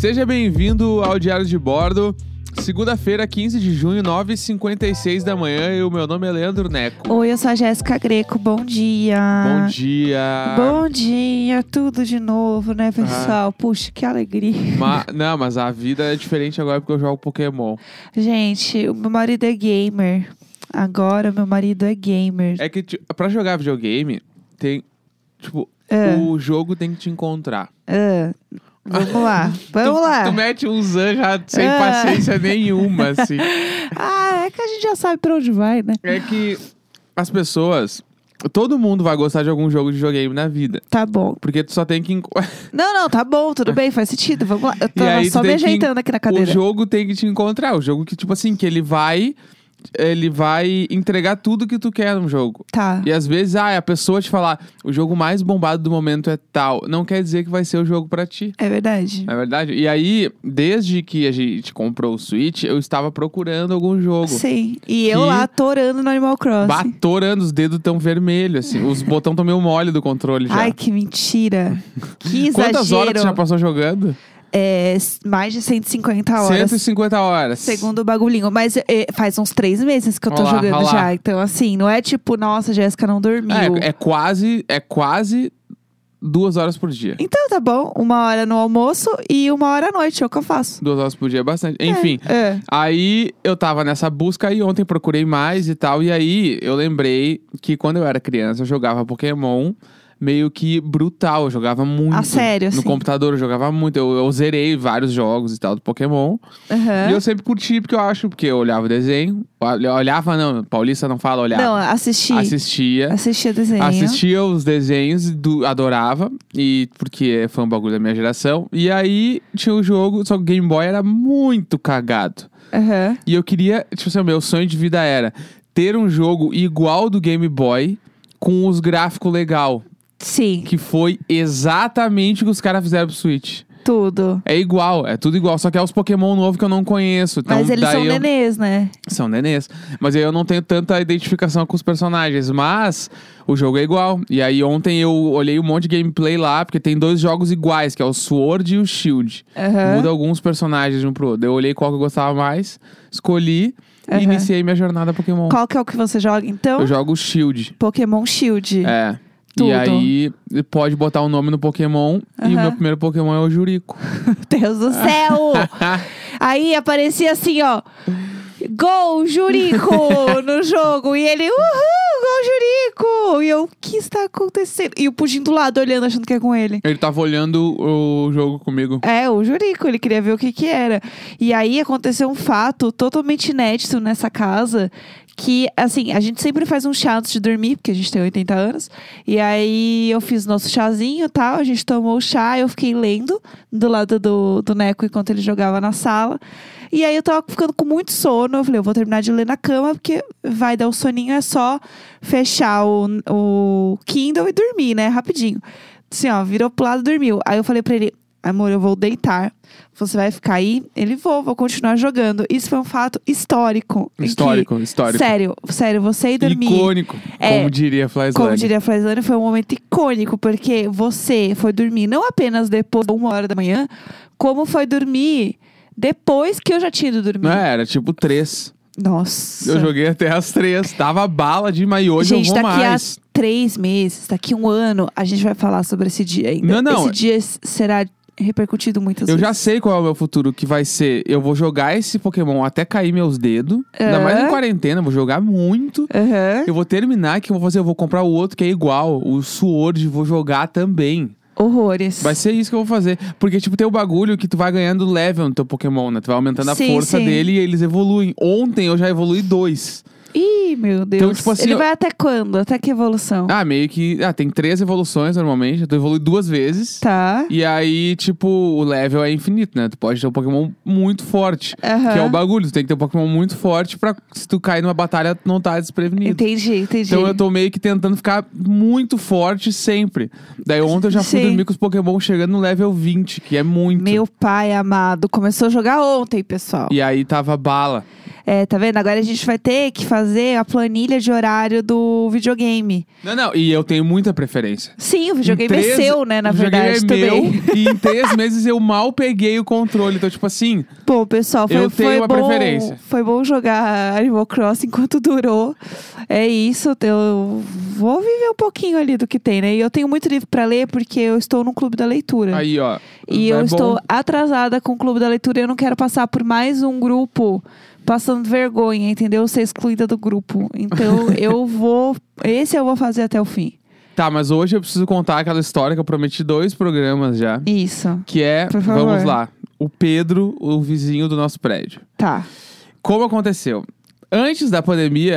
Seja bem-vindo ao Diário de Bordo. Segunda-feira, 15 de junho, 9h56 da manhã. E o meu nome é Leandro Neco. Oi, eu sou a Jéssica Greco. Bom dia. Bom dia. Bom dia. Tudo de novo, né, pessoal? Puxa, que alegria. Não, mas a vida é diferente agora porque eu jogo Pokémon. Gente, o meu marido é gamer. Agora, meu marido é gamer. É que pra jogar videogame, tem... o jogo tem que te encontrar. Vamos lá, Tu mete um Zan já sem paciência nenhuma, assim. É que a gente já sabe pra onde vai, né? É que as pessoas... Todo mundo vai gostar de algum jogo de videogame na vida. Tá bom. Porque tu só tem que... Não, tá bom, tudo bem, faz sentido. Vamos lá. Eu tô aí só tu me tem que ajeitando aqui na cadeira. O jogo tem que te encontrar. O jogo que, tipo assim, que ele vai entregar tudo que tu quer no jogo. Tá. E às vezes, a pessoa te falar, o jogo mais bombado do momento é tal. Não quer dizer que vai ser o jogo pra ti. É verdade. Não é verdade? E aí, desde que a gente comprou o Switch, eu estava procurando algum jogo. Sim. E eu lá atorando no Animal Crossing. Batorando, os dedos tão vermelhos, assim. Os botões tão meio mole do controle já. Ai, que mentira. Que exagero. Quantas horas tu já passou jogando? Mais de 150 horas. 150 horas. Segundo o bagulhinho. Mas faz uns 3 meses que eu tô jogando já. Então, assim, não é tipo, nossa, Jéssica não dormiu. É quase 2 horas por dia. Então tá bom. 1 hora no almoço e 1 hora à noite. É o que eu faço. 2 horas por dia é bastante. Enfim, aí eu tava nessa busca e ontem procurei mais e tal. E aí eu lembrei que quando eu era criança eu jogava Pokémon meio que brutal. Eu jogava muito. A sério, assim? No computador eu jogava muito. Eu zerei vários jogos e tal do Pokémon. E eu sempre curti porque eu olhava o desenho. Olhava não, paulista não fala olhava. Não, Assistia desenho. Assistia os desenhos, adorava. E porque foi um bagulho da minha geração. E aí tinha o jogo, só que o Game Boy era muito cagado. E eu queria, tipo assim, o meu sonho de vida era ter um jogo igual do Game Boy, com os gráficos legal. Sim. Que foi exatamente o que os caras fizeram pro Switch. Tudo. É igual, é tudo igual. Só que é os Pokémon novos que eu não conheço. Então, mas eles são nenês, né? São nenês. Mas aí eu não tenho tanta identificação com os personagens. Mas o jogo é igual. E aí ontem eu olhei um monte de gameplay lá, porque tem 2 jogos iguais, que é o Sword e o Shield. Muda alguns personagens de um pro outro. Eu olhei qual que eu gostava mais, escolhi e iniciei minha jornada Pokémon. Qual que é o que você joga, então? Eu jogo o Shield. Pokémon Shield. Tudo. E aí, pode botar o nome no Pokémon. E o meu primeiro Pokémon é o Jurico. Deus do céu! Aí aparecia assim, ó. Gol, Jurico! No jogo. E ele, gol, Jurico! E eu, o que está acontecendo? E o Pudim do lado, olhando, achando que é com ele. Ele tava olhando o jogo comigo. O Jurico. Ele queria ver o que era. E aí, aconteceu um fato totalmente inédito nessa casa. Que, assim, a gente sempre faz um chá antes de dormir, porque a gente tem 80 anos. E aí, eu fiz nosso chazinho e tal. A gente tomou o chá, eu fiquei lendo do lado do Neco enquanto ele jogava na sala. E aí, eu tava ficando com muito sono. Eu falei, eu vou terminar de ler na cama, porque vai dar um soninho, é só fechar o Kindle e dormir, né? Rapidinho. Assim, ó, virou pro lado e dormiu. Aí eu falei pra ele, amor, eu vou deitar. Você vai ficar aí? Ele, vou continuar jogando. Isso foi um fato histórico. Histórico. Sério, você ir dormir. Icônico, como diria Flyslane. Como diria Flyslane, foi um momento icônico, porque você foi dormir não apenas depois de 1 hora da manhã, como foi dormir depois que eu já tinha ido dormir. Era tipo 3. Nossa. Eu joguei até as 3. Tava bala demais. E hoje gente, eu vou mais. Daqui a 3 meses, daqui a 1 ano, a gente vai falar sobre esse dia ainda. Não. Esse dia será repercutido muitas vezes. Eu já sei qual é o meu futuro, que vai ser... Eu vou jogar esse Pokémon até cair meus dedos. Ainda mais em quarentena, vou jogar muito. Eu vou terminar, que eu vou fazer? Eu vou comprar o outro que é igual. O Sword, vou jogar também. Horrores. Vai ser isso que eu vou fazer. Porque, tipo, tem o bagulho que tu vai ganhando level no teu Pokémon, né? Tu vai aumentando a força dele e eles evoluem. Ontem eu já evolui 2. Ih, meu Deus. Então, tipo assim, ele vai até quando? Até que evolução? Meio que... tem 3 evoluções normalmente. Tu evolui 2 vezes. Tá. E aí, tipo, o level é infinito, né? Tu pode ter um Pokémon muito forte. Que é o bagulho. Tu tem que ter um Pokémon muito forte pra, se tu cair numa batalha, tu não tá desprevenido. Entendi. Então eu tô meio que tentando ficar muito forte sempre. Daí ontem eu já fui dormir com os Pokémon chegando no level 20, que é muito. Meu pai amado. Começou a jogar ontem, pessoal. E aí tava bala. Tá vendo? Agora a gente vai ter que fazer a planilha de horário do videogame. Não, e eu tenho muita preferência. Sim, o videogame é seu, né, na verdade, é também. meu, e em 3 meses eu mal peguei o controle. Então, tipo assim... Pô, pessoal, eu tenho uma bom, preferência. Foi bom jogar Animal Crossing enquanto durou. É isso, eu vou viver um pouquinho ali do que tem, né? E eu tenho muito livro pra ler porque eu estou no clube da leitura. Aí, ó. E eu estou atrasada com o clube da leitura e eu não quero passar por mais um grupo passando vergonha, entendeu? Ser excluída do grupo. Então, esse eu vou fazer até o fim. Tá, mas hoje eu preciso contar aquela história que eu prometi 2 programas já. Isso. Que é, por favor. vamos lá, o Pedro, o vizinho do nosso prédio. Tá. Como aconteceu? Antes da pandemia,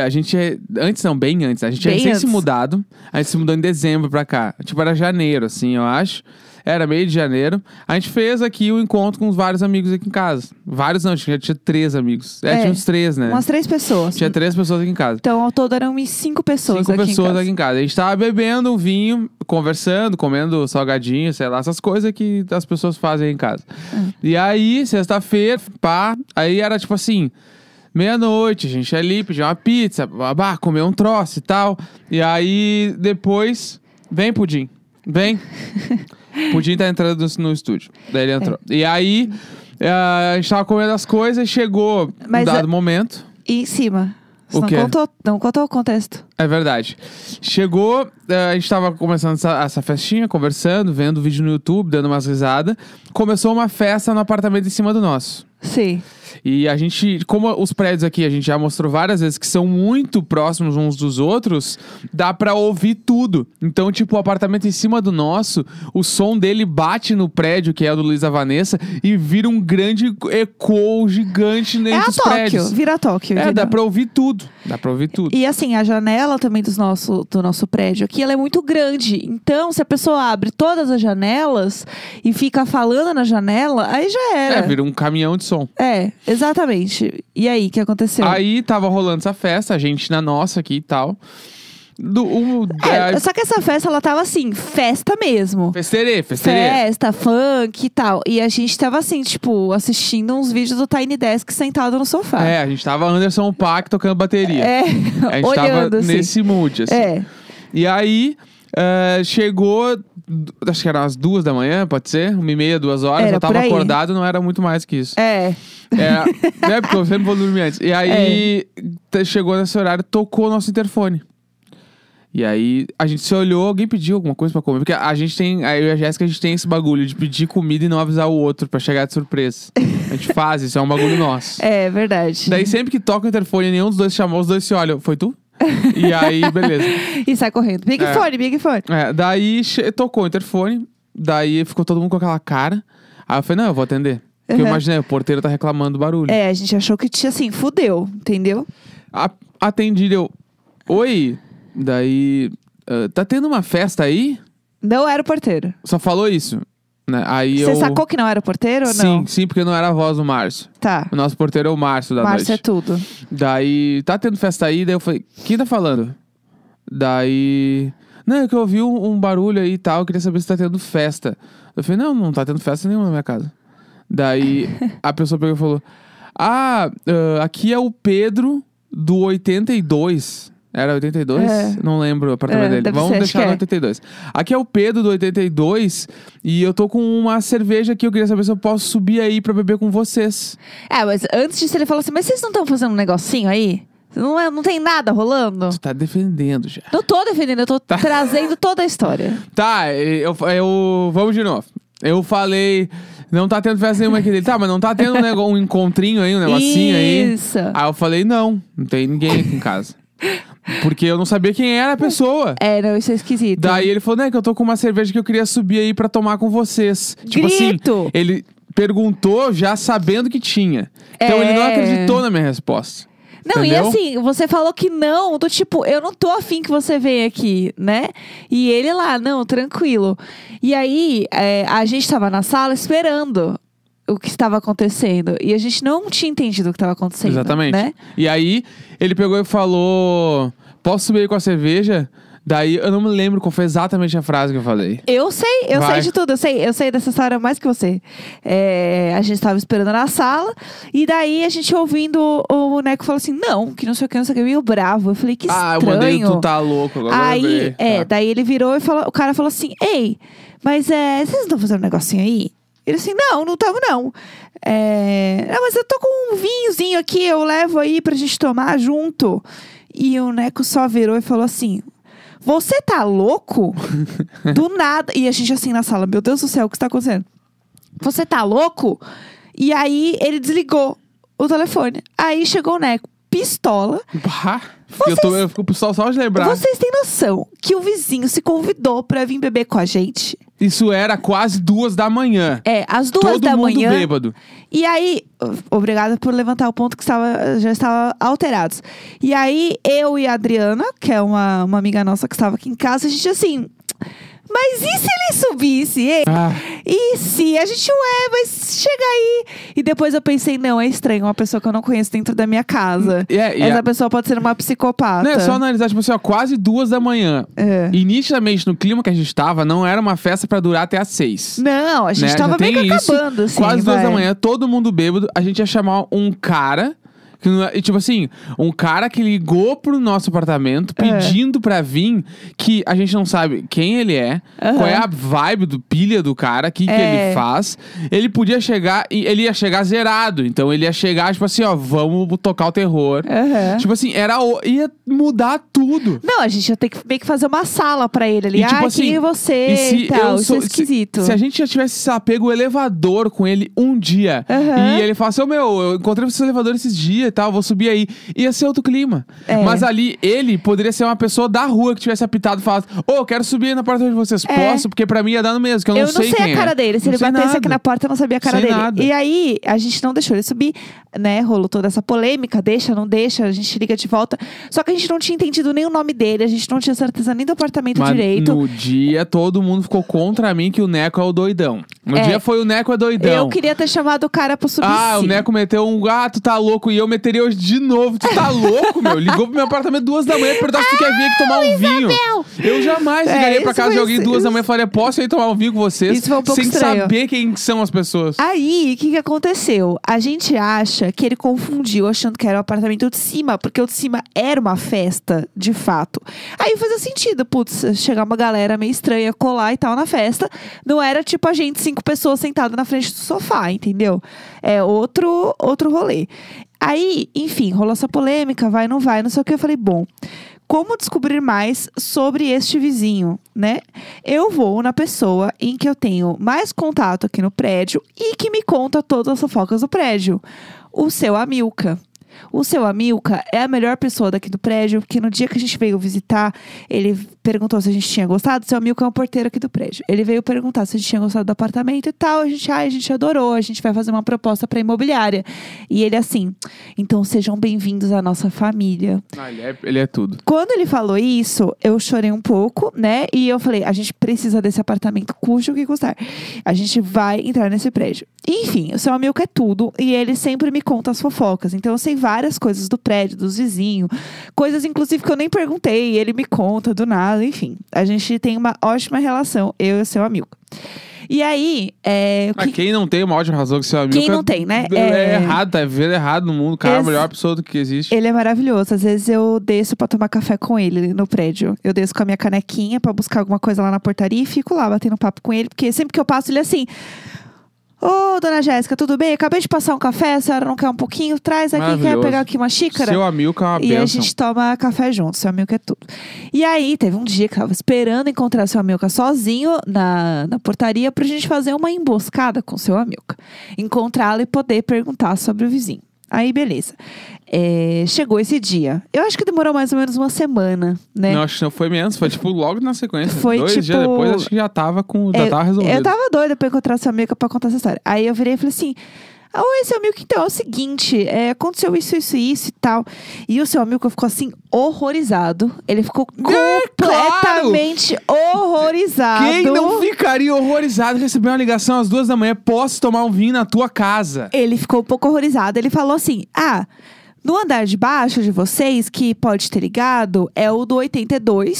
bem antes, a gente tinha Bem recém antes. se mudado. A gente se mudou em dezembro pra cá. Tipo, era janeiro, assim, eu acho. Era meio de janeiro. A gente fez aqui um encontro com vários amigos aqui em casa. Vários não, tinha 3 amigos. Tinha uns 3, né? Umas 3 pessoas. Tinha 3 pessoas aqui em casa. Então, ao todo eram uns 5 pessoas 5 aqui pessoas em casa. aqui em casa. A gente tava bebendo um vinho, conversando, comendo salgadinho, sei lá, essas coisas que as pessoas fazem aí em casa. E aí, sexta-feira, pá, aí era tipo assim... Meia-noite, a gente ia ali, pedir uma pizza, comer um troço e tal. E aí, depois, vem Pudim, vem. Pudim tá entrando no estúdio. Daí ele entrou. E aí, a gente tava comendo as coisas e chegou um dado momento. E em cima? Você O quê? não contou o contexto. É verdade. Chegou, a gente tava começando essa festinha, conversando, vendo vídeo no YouTube, dando umas risadas. Começou uma festa no apartamento em cima do nosso. Sim. E a gente, como os prédios aqui, a gente já mostrou várias vezes que são muito próximos uns dos outros, dá pra ouvir tudo. Então, tipo, o apartamento em cima do nosso, o som dele bate no prédio, que é o do Luiz e Vanessa, e vira um grande eco gigante entre os prédios. Vira Tóquio. Entendeu? Dá pra ouvir tudo. Dá pra ouvir tudo. E assim, a janela também do nosso prédio aqui, ela é muito grande. Então, se a pessoa abre todas as janelas e fica falando na janela, aí já era. Vira um caminhão de som. Exatamente. E aí, o que aconteceu? Aí tava rolando essa festa, a gente na nossa aqui e tal. Só que essa festa, ela tava assim, festa mesmo. Festerê. Festa, funk e tal. E a gente tava assim, tipo, assistindo uns vídeos do Tiny Desk sentado no sofá. A gente tava Anderson .Paak tocando bateria. A gente olhando tava assim. nesse mood, assim. E aí, chegou, acho que eram as 2 da manhã, pode ser? 1h30, 2 horas. Eu tava acordado, não era muito mais que isso. Porque eu sempre vou dormir antes. E aí, chegou nesse horário, tocou o nosso interfone. E aí, a gente se olhou, alguém pediu alguma coisa pra comer. Porque a gente tem, eu e a Jéssica, a gente tem esse bagulho de pedir comida e não avisar o outro pra chegar de surpresa. A gente faz, isso é um bagulho nosso. É verdade. Daí, sempre que toca o interfone e nenhum dos dois chamou, os dois se olham. Foi tu? E aí, beleza. E sai correndo. Big fone. Daí, tocou o interfone. Daí, ficou todo mundo com aquela cara. Aí eu falei, não, eu vou atender. Porque eu imaginei, o porteiro tá reclamando do barulho. A gente achou que tinha assim, fudeu, entendeu? Atendi, deu, oi... Daí, tá tendo uma festa aí? Não era o porteiro. Só falou isso, né? Aí Você sacou que não era o porteiro ou não? Sim, porque não era a voz do Márcio. Tá. O nosso porteiro é o Márcio da Márcio noite. é tudo. Daí, tá tendo festa aí? Daí eu falei, quem tá falando? Daí, não, é que eu ouvi um barulho aí e tal, eu queria saber se tá tendo festa. Eu falei, não tá tendo festa nenhuma na minha casa. Daí, a pessoa pegou e falou, aqui é o Pedro do 82. Era 82? Não lembro o apartamento dele. Vamos deixar no 82. Aqui é o Pedro do 82 e eu tô com uma cerveja aqui. Eu queria saber se eu posso subir aí pra beber com vocês. Mas antes disso ele falou assim, mas vocês não estão fazendo um negocinho aí? Não tem nada rolando? Você tá defendendo já. Não tô defendendo, eu tô trazendo toda a história. Tá, vamos de novo. Eu falei... Não tá tendo festa nenhuma aqui dele. Tá, mas não tá tendo um encontrinho aí, um negocinho aí? Isso. Aí eu falei, não tem ninguém aqui em casa. Porque eu não sabia quem era a pessoa. Não, isso é esquisito. Daí ele falou, né, que eu tô com uma cerveja que eu queria subir aí pra tomar com vocês. Tipo Grito! assim, ele perguntou já sabendo que tinha. Então ele não acreditou na minha resposta. Não, entendeu? E assim, você falou que não, do tipo, eu não tô afim que você venha aqui, né? E ele lá, não, tranquilo. E aí, a gente tava na sala esperando o que estava acontecendo. E a gente não tinha entendido o que estava acontecendo. Exatamente. Né? E aí, ele pegou e falou, posso subir aí com a cerveja? Daí eu não me lembro qual foi exatamente a frase que eu falei. Eu sei de tudo, eu sei dessa história mais que você. A gente tava esperando na sala, e daí a gente ouvindo o Neco falou assim, não, que não sei o que, meio bravo. Eu falei, que estranho. Eu mandei tu tá louco, agora aí, daí ele virou e falou, o cara falou assim, ei, mas vocês não estão fazendo um negocinho aí? Ele assim, não estamos não. Não, mas eu tô com um vinhozinho aqui, eu levo aí pra gente tomar junto. E o Neco só virou e falou assim, você tá louco? Do nada. E a gente assim na sala, meu Deus do céu, o que está acontecendo? Você tá louco? E aí ele desligou o telefone. Aí chegou o Neco, pistola. Eu fico pistola só de lembrar. Vocês têm noção que o vizinho se convidou pra vir beber com a gente? Isso era quase 2 da manhã. Às 2 da manhã. Todo mundo bêbado. E aí, obrigada por levantar o ponto que já estava alterados. E aí, eu e a Adriana, que é uma amiga nossa que estava aqui em casa, a gente assim... Mas e se ele subisse, hein? E se? A gente, mas chega aí. E depois eu pensei, não, é estranho. Uma pessoa que eu não conheço dentro da minha casa. Essa pessoa pode ser uma psicopata. Não, é só analisar, tipo assim, quase 2 da manhã. E nitidamente, no clima que a gente tava, não era uma festa pra durar até às 6. Não, a gente tava meio que acabando, assim. Quase 2 da manhã, todo mundo bêbado. A gente ia chamar um cara... E tipo assim, um cara que ligou pro nosso apartamento pedindo pra vir, que a gente não sabe quem ele é, qual é a vibe do pilha do cara, o que ele faz. Ele podia chegar, e ele ia chegar zerado. Então ele ia chegar, tipo assim, vamos tocar o terror. Tipo assim, ia mudar tudo. Não, a gente ia ter que meio que fazer uma sala pra ele ali. E, tipo assim, quem é você e tal, isso é esquisito. Se a gente já tivesse, sei lá, pego o elevador com ele um dia, e ele falasse, eu encontrei esse elevador esses dias e tal, vou subir aí. Ia ser outro clima. Mas ali, ele poderia ser uma pessoa da rua que tivesse apitado e falasse, eu quero subir aí na porta de vocês. Posso? Porque pra mim ia dar no mesmo, que eu não sei quem é. Eu não sei a cara dele. Se ele batesse aqui na porta, eu não sabia a cara dele. Nada. E aí, a gente não deixou ele subir, né? Rolou toda essa polêmica, deixa, não deixa, a gente liga de volta. Só que a gente não tinha entendido nem o nome dele, a gente não tinha certeza nem do apartamento direito. No dia, todo mundo ficou contra mim que o Neco é o doidão. No dia foi o Neco é doidão. Eu queria ter chamado o cara pro subir. O Neco meteu um gato, tá louco. E eu meteria hoje de novo. Tu tá louco, meu? Ligou pro meu apartamento 2 da manhã e perguntou se tu quer vir aqui tomar um vinho. Eu jamais ligaria pra casa de alguém 2 da manhã e falaria, posso ir tomar um vinho com vocês? Isso foi um pouco sem estranho. Saber quem são as pessoas. Aí, o que aconteceu? A gente acha que ele confundiu, achando que era o apartamento de cima, porque o de cima era uma festa, de fato. Aí fazia sentido, chegar uma galera meio estranha, colar e tal na festa. Não era tipo a gente, 5 pessoas sentadas na frente do sofá, entendeu? É outro rolê. Aí, enfim, rolou essa polêmica, vai, não vai, não sei o que. Eu falei, bom, como descobrir mais sobre este vizinho, né? Eu vou na pessoa em que eu tenho mais contato aqui no prédio e que me conta todas as fofocas do prédio. O seu Amilca. O seu Amilca é a melhor pessoa daqui do prédio, porque no dia que a gente veio visitar, ele perguntou se a gente tinha gostado. O seu Amilca é um porteiro aqui do prédio. Ele veio perguntar se a gente tinha gostado do apartamento e tal. A gente adorou, a gente vai fazer uma proposta pra imobiliária. E ele assim, então sejam bem-vindos à nossa família. Ele é tudo. Quando ele falou isso, eu chorei um pouco, né? E eu falei, a gente precisa desse apartamento, custe o que custar. A gente vai entrar nesse prédio. Enfim, o seu Amilca é tudo e ele sempre me conta as fofocas. Então eu sei várias coisas do prédio, dos vizinhos. Coisas, inclusive, que eu nem perguntei. Ele me conta do nada, enfim. A gente tem uma ótima relação, eu e o seu Amilca. E aí, quem não tem uma ótima relação com o seu Amilca... Quem não tem, né? É errado, tá vivendo errado no mundo. O cara é a melhor pessoa do que existe. Ele é maravilhoso. Às vezes eu desço pra tomar café com ele no prédio. Eu desço com a minha canequinha pra buscar alguma coisa lá na portaria e fico lá batendo papo com ele. Porque sempre que eu passo, ele é assim... Ô, dona Jéssica, tudo bem? Acabei de passar um café, a senhora não quer um pouquinho? Traz aqui, quer pegar aqui uma xícara? Seu Amilca é uma bênção. E a gente toma café junto, seu Amilca é tudo. E aí, teve um dia que eu tava esperando encontrar seu Amilca sozinho na portaria pra gente fazer uma emboscada com seu Amilca. Encontrá-lo e poder perguntar sobre o vizinho. Aí, beleza. Chegou esse dia. Eu acho que demorou mais ou menos uma semana, né? Não, acho que não foi menos. Foi, logo na sequência. Foi, 2 dias depois, acho que já tava resolvido. Eu tava doida pra encontrar seu amigo pra contar essa história. Aí eu virei e falei assim... Oi, seu amigo, então, é o seguinte, aconteceu isso e tal. E o seu amigo ficou assim, horrorizado. Ele ficou completamente horrorizado. Quem não ficaria horrorizado receber uma ligação às 2 da manhã? Posso tomar um vinho na tua casa? Ele ficou um pouco horrorizado. Ele falou assim, no andar de baixo de vocês, que pode ter ligado, é o do 82...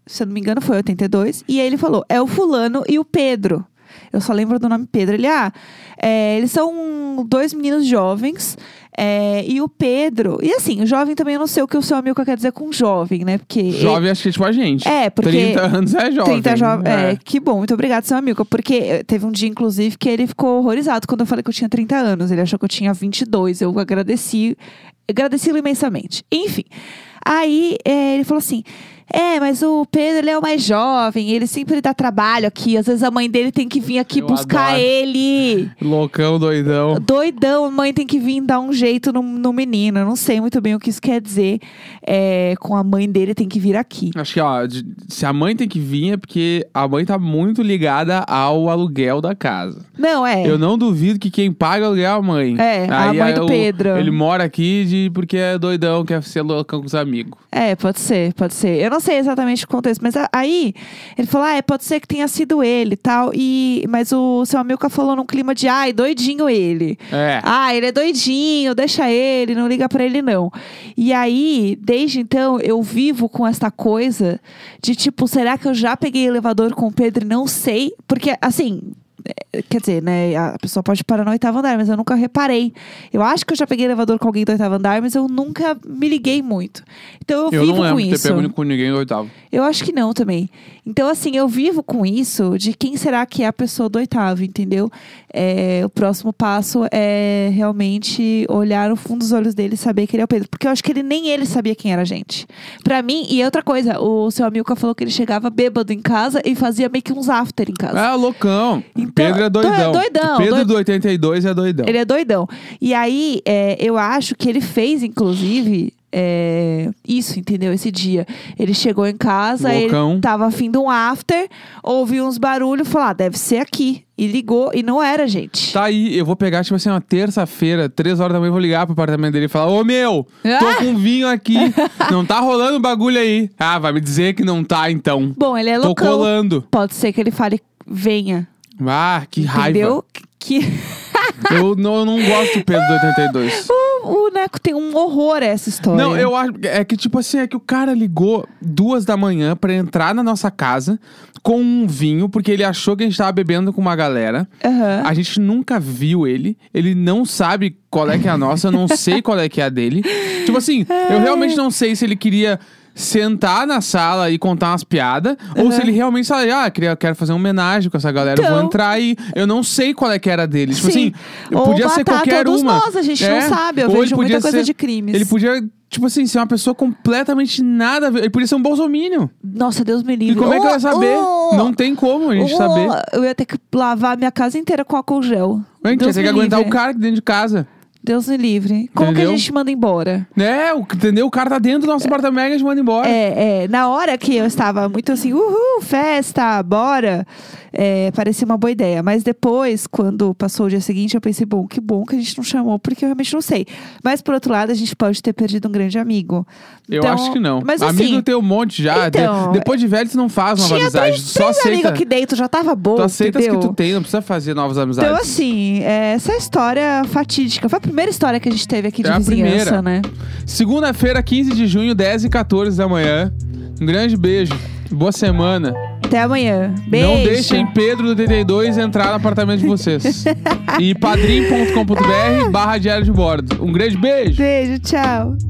se eu não me engano foi 82. E aí ele falou, é o fulano e o Pedro. Eu só lembro do nome Pedro. Ele, eles são 2 meninos jovens. E o Pedro... E assim, o jovem também, eu não sei o que o seu amigo quer dizer com jovem, né? Porque jovem acho que é tipo a gente. Porque 30 anos é jovem. 30 que bom, muito obrigado, seu amigo. Porque teve um dia, inclusive, que ele ficou horrorizado quando eu falei que eu tinha 30 anos. Ele achou que eu tinha 22. Eu agradeci-lo imensamente. Enfim, aí ele falou assim... mas o Pedro, ele é o mais jovem, ele sempre dá trabalho aqui. Às vezes a mãe dele tem que vir aqui buscar adoro. ele. Loucão, doidão. Doidão, a mãe tem que vir dar um jeito no menino. Eu não sei muito bem o que isso quer dizer. Com a mãe dele tem que vir aqui. Acho que, se a mãe tem que vir é porque a mãe tá muito ligada ao aluguel da casa. Não, Eu não duvido que quem paga o aluguel é a mãe. A mãe do Pedro. Ele mora aqui porque é doidão, quer ser loucão com os amigos. Pode ser. Eu não sei exatamente o contexto, mas aí ele falou, pode ser que tenha sido ele e tal, mas o seu amigo falou num clima de, doidinho ele. Ele é doidinho, deixa ele, não liga pra ele não. E aí, desde então, eu vivo com essa coisa de tipo, será que eu já peguei elevador com o Pedro e não sei? Porque, assim... Quer dizer, né? A pessoa pode parar no 8º andar, mas eu nunca reparei. Eu acho que eu já peguei elevador com alguém do 8º andar, mas eu nunca me liguei muito. Então eu vivo com isso. Eu não lembro de ter pego com ninguém do 8º. Eu acho que não também. Então, assim, eu vivo com isso de quem será que é a pessoa do 8º, entendeu? O próximo passo é realmente olhar no fundo dos olhos dele e saber que ele é o Pedro. Porque eu acho que nem ele sabia quem era a gente. Pra mim, e outra coisa, o seu amigo falou que ele chegava bêbado em casa e fazia meio que uns after em casa. Loucão. Então, Pedro é doidão. Pedro do 82 é doidão. Ele é doidão. E aí, eu acho que ele fez, inclusive... isso, entendeu? Esse dia. Ele chegou em casa, loucão. Ele tava afim de um after, ouviu uns barulhos, falou, deve ser aqui. E ligou, e não era, gente. Tá aí, eu vou pegar, tipo assim, uma terça-feira, 3 horas da manhã, vou ligar pro apartamento dele e falar, ô meu, tô com vinho aqui, não tá rolando bagulho aí. Vai me dizer que não tá, então. Bom, ele é loucão. Tô colando. Pode ser que ele fale, venha. Que raiva. Entendeu? Eu não gosto do Pedro do 82. O Neco tem um horror a essa história. Não, eu acho... que tipo assim, que o cara ligou 2 da manhã pra entrar na nossa casa com um vinho, porque ele achou que a gente tava bebendo com uma galera. A gente nunca viu ele. Ele não sabe qual é que é a nossa, eu não sei qual é que é a dele. Tipo assim, eu realmente não sei se ele queria... sentar na sala e contar umas piadas, ou se ele realmente fala, quero fazer uma homenagem com essa galera, eu vou entrar aí. Eu não sei qual é que era dele. Tipo assim, podia ser qualquer todos uma. Nós, a gente não sabe, eu vejo muita coisa de crimes. Ele podia, tipo assim, ser uma pessoa completamente nada a ver. Ele podia ser um bolsominion. Nossa, Deus me livre. E como é que eu ia saber? Não tem como a gente saber. Eu ia ter que lavar a minha casa inteira com álcool gel. A gente ia ter que aguentar o cara dentro de casa. Deus me livre. Como que a gente manda embora? Entendeu? O cara tá dentro do nosso apartamento e a gente manda embora. Na hora que eu estava muito assim, festa, bora. Parecia uma boa ideia. Mas depois, quando passou o dia seguinte, eu pensei, que bom que a gente não chamou, porque eu realmente não sei. Mas, por outro lado, a gente pode ter perdido um grande amigo. Eu acho que não. Mas, amigo assim, tem um monte já. Então, depois de velho, tu não faz nova amizade. Só três aceita. amigos aqui dentro, já tava bom, Tu aceita as entendeu? que tu tem, não precisa fazer novas amizades. Então, assim, essa história fatídica. Foi a primeira história que a gente teve aqui de a vizinhança, primeira. né? Segunda-feira, 15 de junho, 10h14 da manhã. Um grande beijo. Boa semana. Até amanhã. Beijo. Não deixem Pedro do 82 entrar no apartamento de vocês. E padrim.com.br/diário de bordo. Um grande beijo. Beijo, tchau.